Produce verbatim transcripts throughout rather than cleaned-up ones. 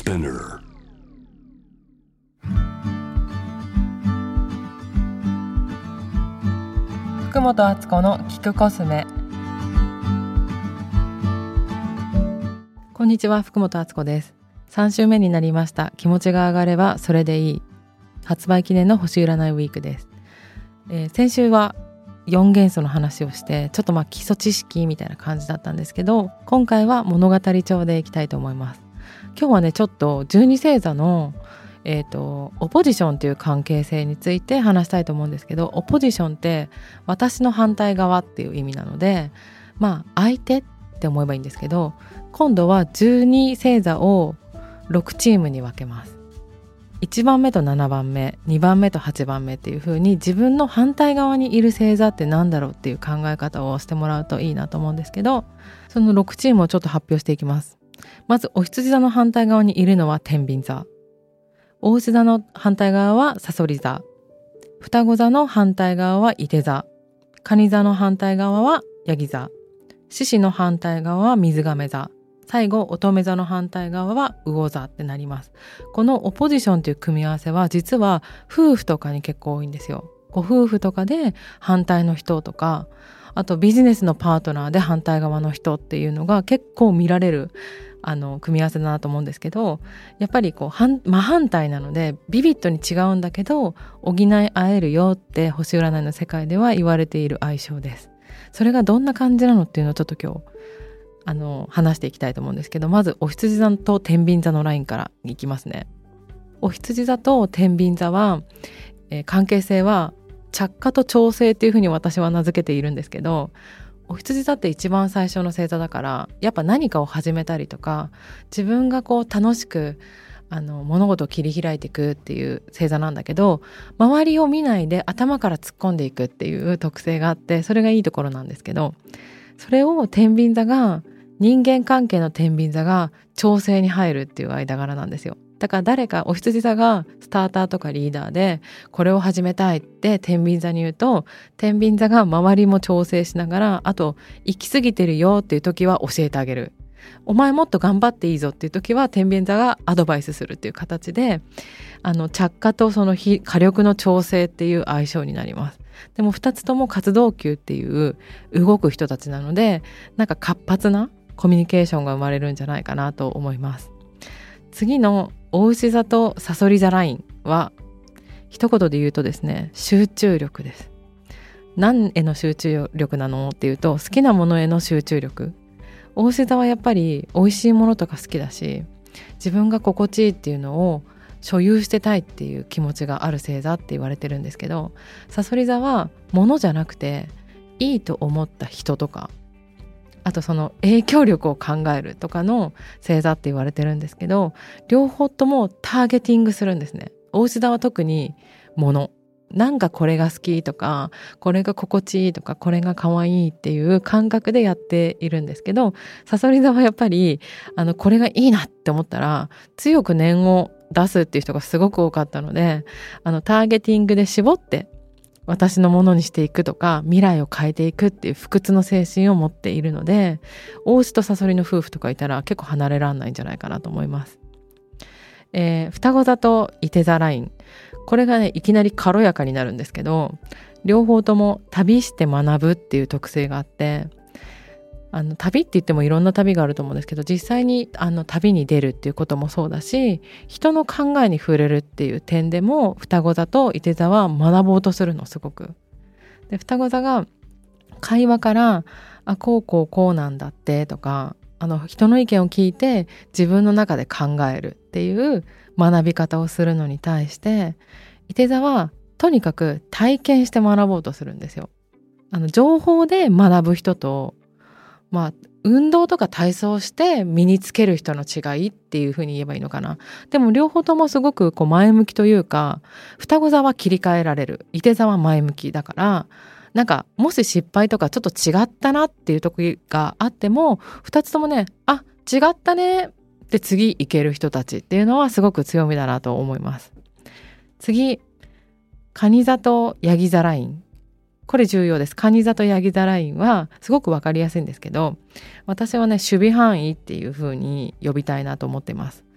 Spinner。 福本敦子の聞くコスメ。こんにちは、福本敦子です。さん週目になりました。気持ちが上がればそれでいい、発売記念の星占いウィークです。えー、先週はよん元素の話をして、ちょっとまあ基礎知識みたいな感じだったんですけど、今回は物語調でいきたいと思います。今日はね、ちょっとじゅうに星座の、えーと、オポジションという関係性について話したいと思うんですけど、オポジションって私の反対側っていう意味なので、まあ相手って思えばいいんですけど、今度はじゅうに星座をろくチームに分けます。いちばんめとななばんめ、にばんめとはちばんめっていう風に、自分の反対側にいる星座ってなんだろうっていう考え方をしてもらうといいなと思うんですけど、そのろくチームをちょっと発表していきます。まずお羊座の反対側にいるのは天秤座、牡牛座の反対側は蠍座、双子座の反対側は射手座、蟹座の反対側はヤギ座、獅子の反対側は水亀座、最後乙女座の反対側は魚座ってなります。このオポジションという組み合わせは実は夫婦とかに結構多いんですよ。ご夫婦とかで反対の人とか、あとビジネスのパートナーで反対側の人っていうのが結構見られるあの組み合わせだなと思うんですけど、やっぱりこう真反対なのでビビッドに違うんだけど補い合えるよって星占いの世界では言われている相性です。それがどんな感じなのっていうのをちょっと今日あの話していきたいと思うんですけど、まずお羊座と天秤座のラインからいきますね。お羊座と天秤座は、えー、関係性は着火と調整っていうふうに私は名付けているんですけど、お羊座って一番最初の星座だから、やっぱ何かを始めたりとか、自分がこう楽しくあの物事を切り開いていくっていう星座なんだけど、周りを見ないで頭から突っ込んでいくっていう特性があって、それがいいところなんですけど、それを天秤座が人間関係の天秤座が調整に入るっていう間柄なんですよ。だから誰かお羊座がスターターとかリーダーでこれを始めたいって天秤座に言うと、天秤座が周りも調整しながら、あと行き過ぎてるよっていう時は教えてあげる、お前もっと頑張っていいぞっていう時は天秤座がアドバイスするっていう形で、あの着火とその火力の調整っていう相性になります。でもふたつとも活動級っていう動く人たちなので、なんか活発なコミュニケーションが生まれるんじゃないかなと思います。次の牡牛座と蠍座ラインは一言で言うとですね、集中力です。何への集中力なのっていうと、好きなものへの集中力。牡牛座はやっぱり美味しいものとか好きだし、自分が心地いいっていうのを所有してたいっていう気持ちがある星座って言われてるんですけど、蠍座は物じゃなくていいと思った人とか、あとその影響力を考えるとかの星座って言われてるんですけど、両方ともターゲティングするんですね。牡牛座は特に物、なんかこれが好きとか、これが心地いいとか、これが可愛いっていう感覚でやっているんですけど、蠍座はやっぱりあのこれがいいなって思ったら強く念を出すっていう人がすごく多かったので、あのターゲティングで絞って私のものにしていくとか、未来を変えていくっていう不屈の精神を持っているので、牡牛と蠍の夫婦とかいたら結構離れらんないんじゃないかなと思います。えー、双子座と射手座ライン、これがねいきなり軽やかになるんですけど、両方とも旅して学ぶっていう特性があって、あの旅って言ってもいろんな旅があると思うんですけど、実際にあの旅に出るっていうこともそうだし、人の考えに触れるっていう点でも双子座と射手座は学ぼうとするの、すごく。で双子座が会話からあこうこうこうなんだってとか、あの人の意見を聞いて自分の中で考えるっていう学び方をするのに対して、射手座はとにかく体験して学ぼうとするんですよ。あの情報で学ぶ人と、まあ運動とか体操して身につける人の違いっていう風に言えばいいのかな。でも両方ともすごくこう前向きというか、双子座は切り替えられる、射手座は前向きだから、なんかもし失敗とかちょっと違ったなっていう時があっても、二つともね、あ違ったねって次いける人たちっていうのはすごく強みだなと思います。次、蟹座とヤギ座ライン、これ重要です。蟹座とヤギ座ラインはすごくわかりやすいんですけど、私はね守備範囲っていう風に呼びたいなと思ってます。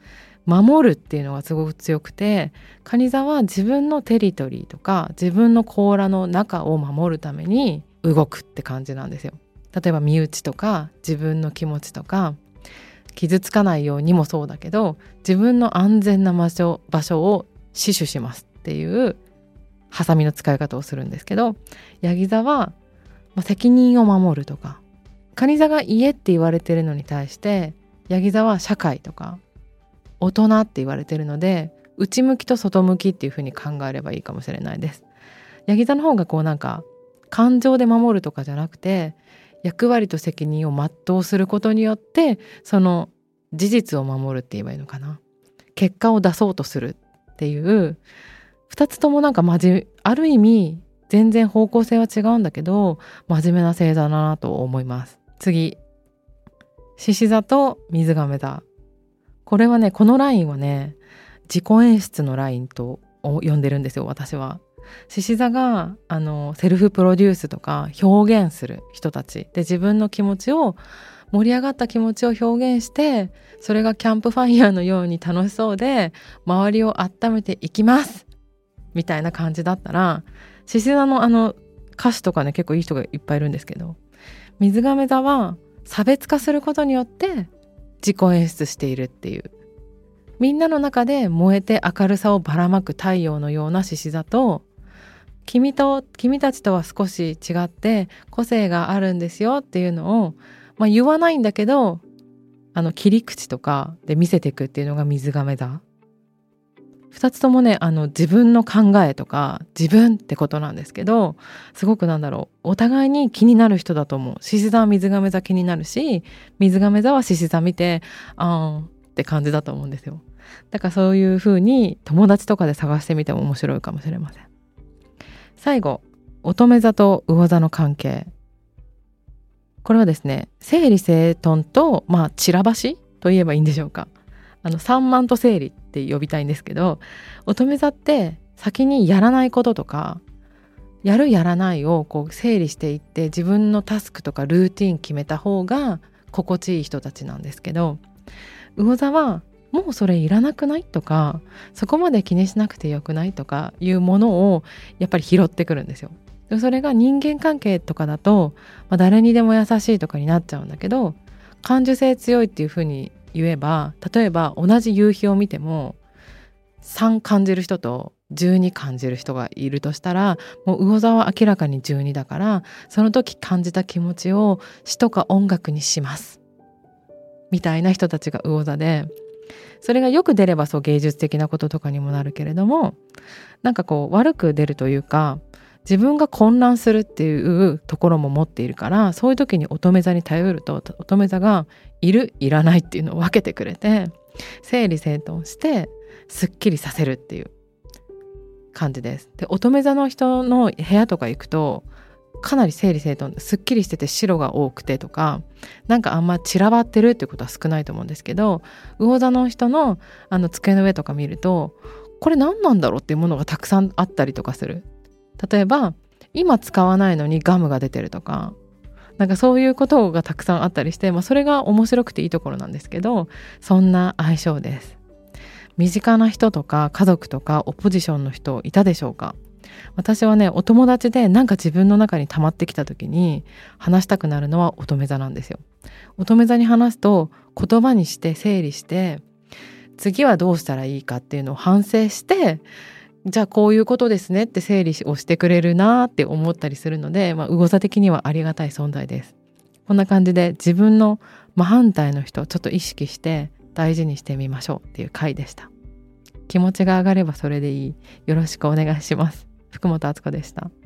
守るっていうのがすごく強くて、蟹座は自分のテリトリーとか自分の甲羅の中を守るために動くって感じなんですよ。例えば身内とか自分の気持ちとか、傷つかないようにもそうだけど、自分の安全な場所、場所を死守しますっていうハサミの使い方をするんですけど、ヤギ座は、まあ、責任を守るとか、蟹座が家って言われてるのに対してヤギ座は社会とか大人って言われてるので、内向きと外向きっていう風に考えればいいかもしれないです。ヤギ座の方がこうなんか感情で守るとかじゃなくて、役割と責任を全うすることによってその事実を守るって言えばいいのかな、結果を出そうとするっていう二つともなんか真面目、ある意味全然方向性は違うんだけど真面目な星座だなと思います。次、獅子座と水亀座。これはね、このラインはね、自己演出のラインと呼んでるんですよ、私は。獅子座があのセルフプロデュースとか表現する人たちで、自分の気持ちを、盛り上がった気持ちを表現して、それがキャンプファイヤーのように楽しそうで周りを温めていきますみたいな感じだったら、獅子座のあの歌手とかね、結構いい人がいっぱいいるんですけど、水亀座は差別化することによって自己演出しているっていう、みんなの中で燃えて明るさをばらまく太陽のような獅子座と、君と君たちとは少し違って個性があるんですよっていうのを、まあ、言わないんだけどあの切り口とかで見せていくっていうのが水亀座。二つともね、あの自分の考えとか自分ってことなんですけど、すごくなんだろう、お互いに気になる人だと思う。獅子座は水亀座気になるし、水亀座は獅子座見てあーって感じだと思うんですよ。だからそういう風に友達とかで探してみても面白いかもしれません。最後、乙女座と魚座の関係。これはですね、整理整頓と、まあ散らばしと言えばいいんでしょうか。あの散漫と整理って呼びたいんですけど、乙女座って先にやらないこととか、やるやらないをこう整理していって、自分のタスクとかルーティン決めた方が心地いい人たちなんですけど、魚座はもうそれいらなくないとか、そこまで気にしなくてよくないとかいうものをやっぱり拾ってくるんですよ。それが人間関係とかだと、まあ、誰にでも優しいとかになっちゃうんだけど、感受性強いっていう風に言えば、例えば同じ夕日を見てもさん感じる人とじゅうに感じる人がいるとしたら、もう魚座は明らかにじゅうにだから、その時感じた気持ちを詩とか音楽にしますみたいな人たちが魚座で、それがよく出ればそう芸術的なこととかにもなるけれども、なんかこう悪く出るというか、自分が混乱するっていうところも持っているから、そういう時に乙女座に頼ると、乙女座がいるいらないっていうのを分けてくれて、整理整頓してすっきりさせるっていう感じです。で、乙女座の人の部屋とか行くとかなり整理整頓すっきりしてて白が多くてとか、なんかあんま散らばってるってことは少ないと思うんですけど、魚座の人のあの机の上とか見ると、これ何なんだろうっていうものがたくさんあったりとかする。例えば今使わないのにガムが出てるとか、なんかそういうことがたくさんあったりして、まあ、それが面白くていいところなんですけど、そんな相性です。身近な人とか家族とかオポジションの人いたでしょうか。私はね、お友達でなんか自分の中に溜まってきた時に話したくなるのは乙女座なんですよ。乙女座に話すと言葉にして整理して、次はどうしたらいいかっていうのを反省して、じゃあこういうことですねって整理をしてくれるなって思ったりするので、まあ、魚座的にはありがたい存在です。こんな感じで自分の真反対の人をちょっと意識して大事にしてみましょうっていう回でした。気持ちが上がればそれでいい。よろしくお願いします。福本敦子でした。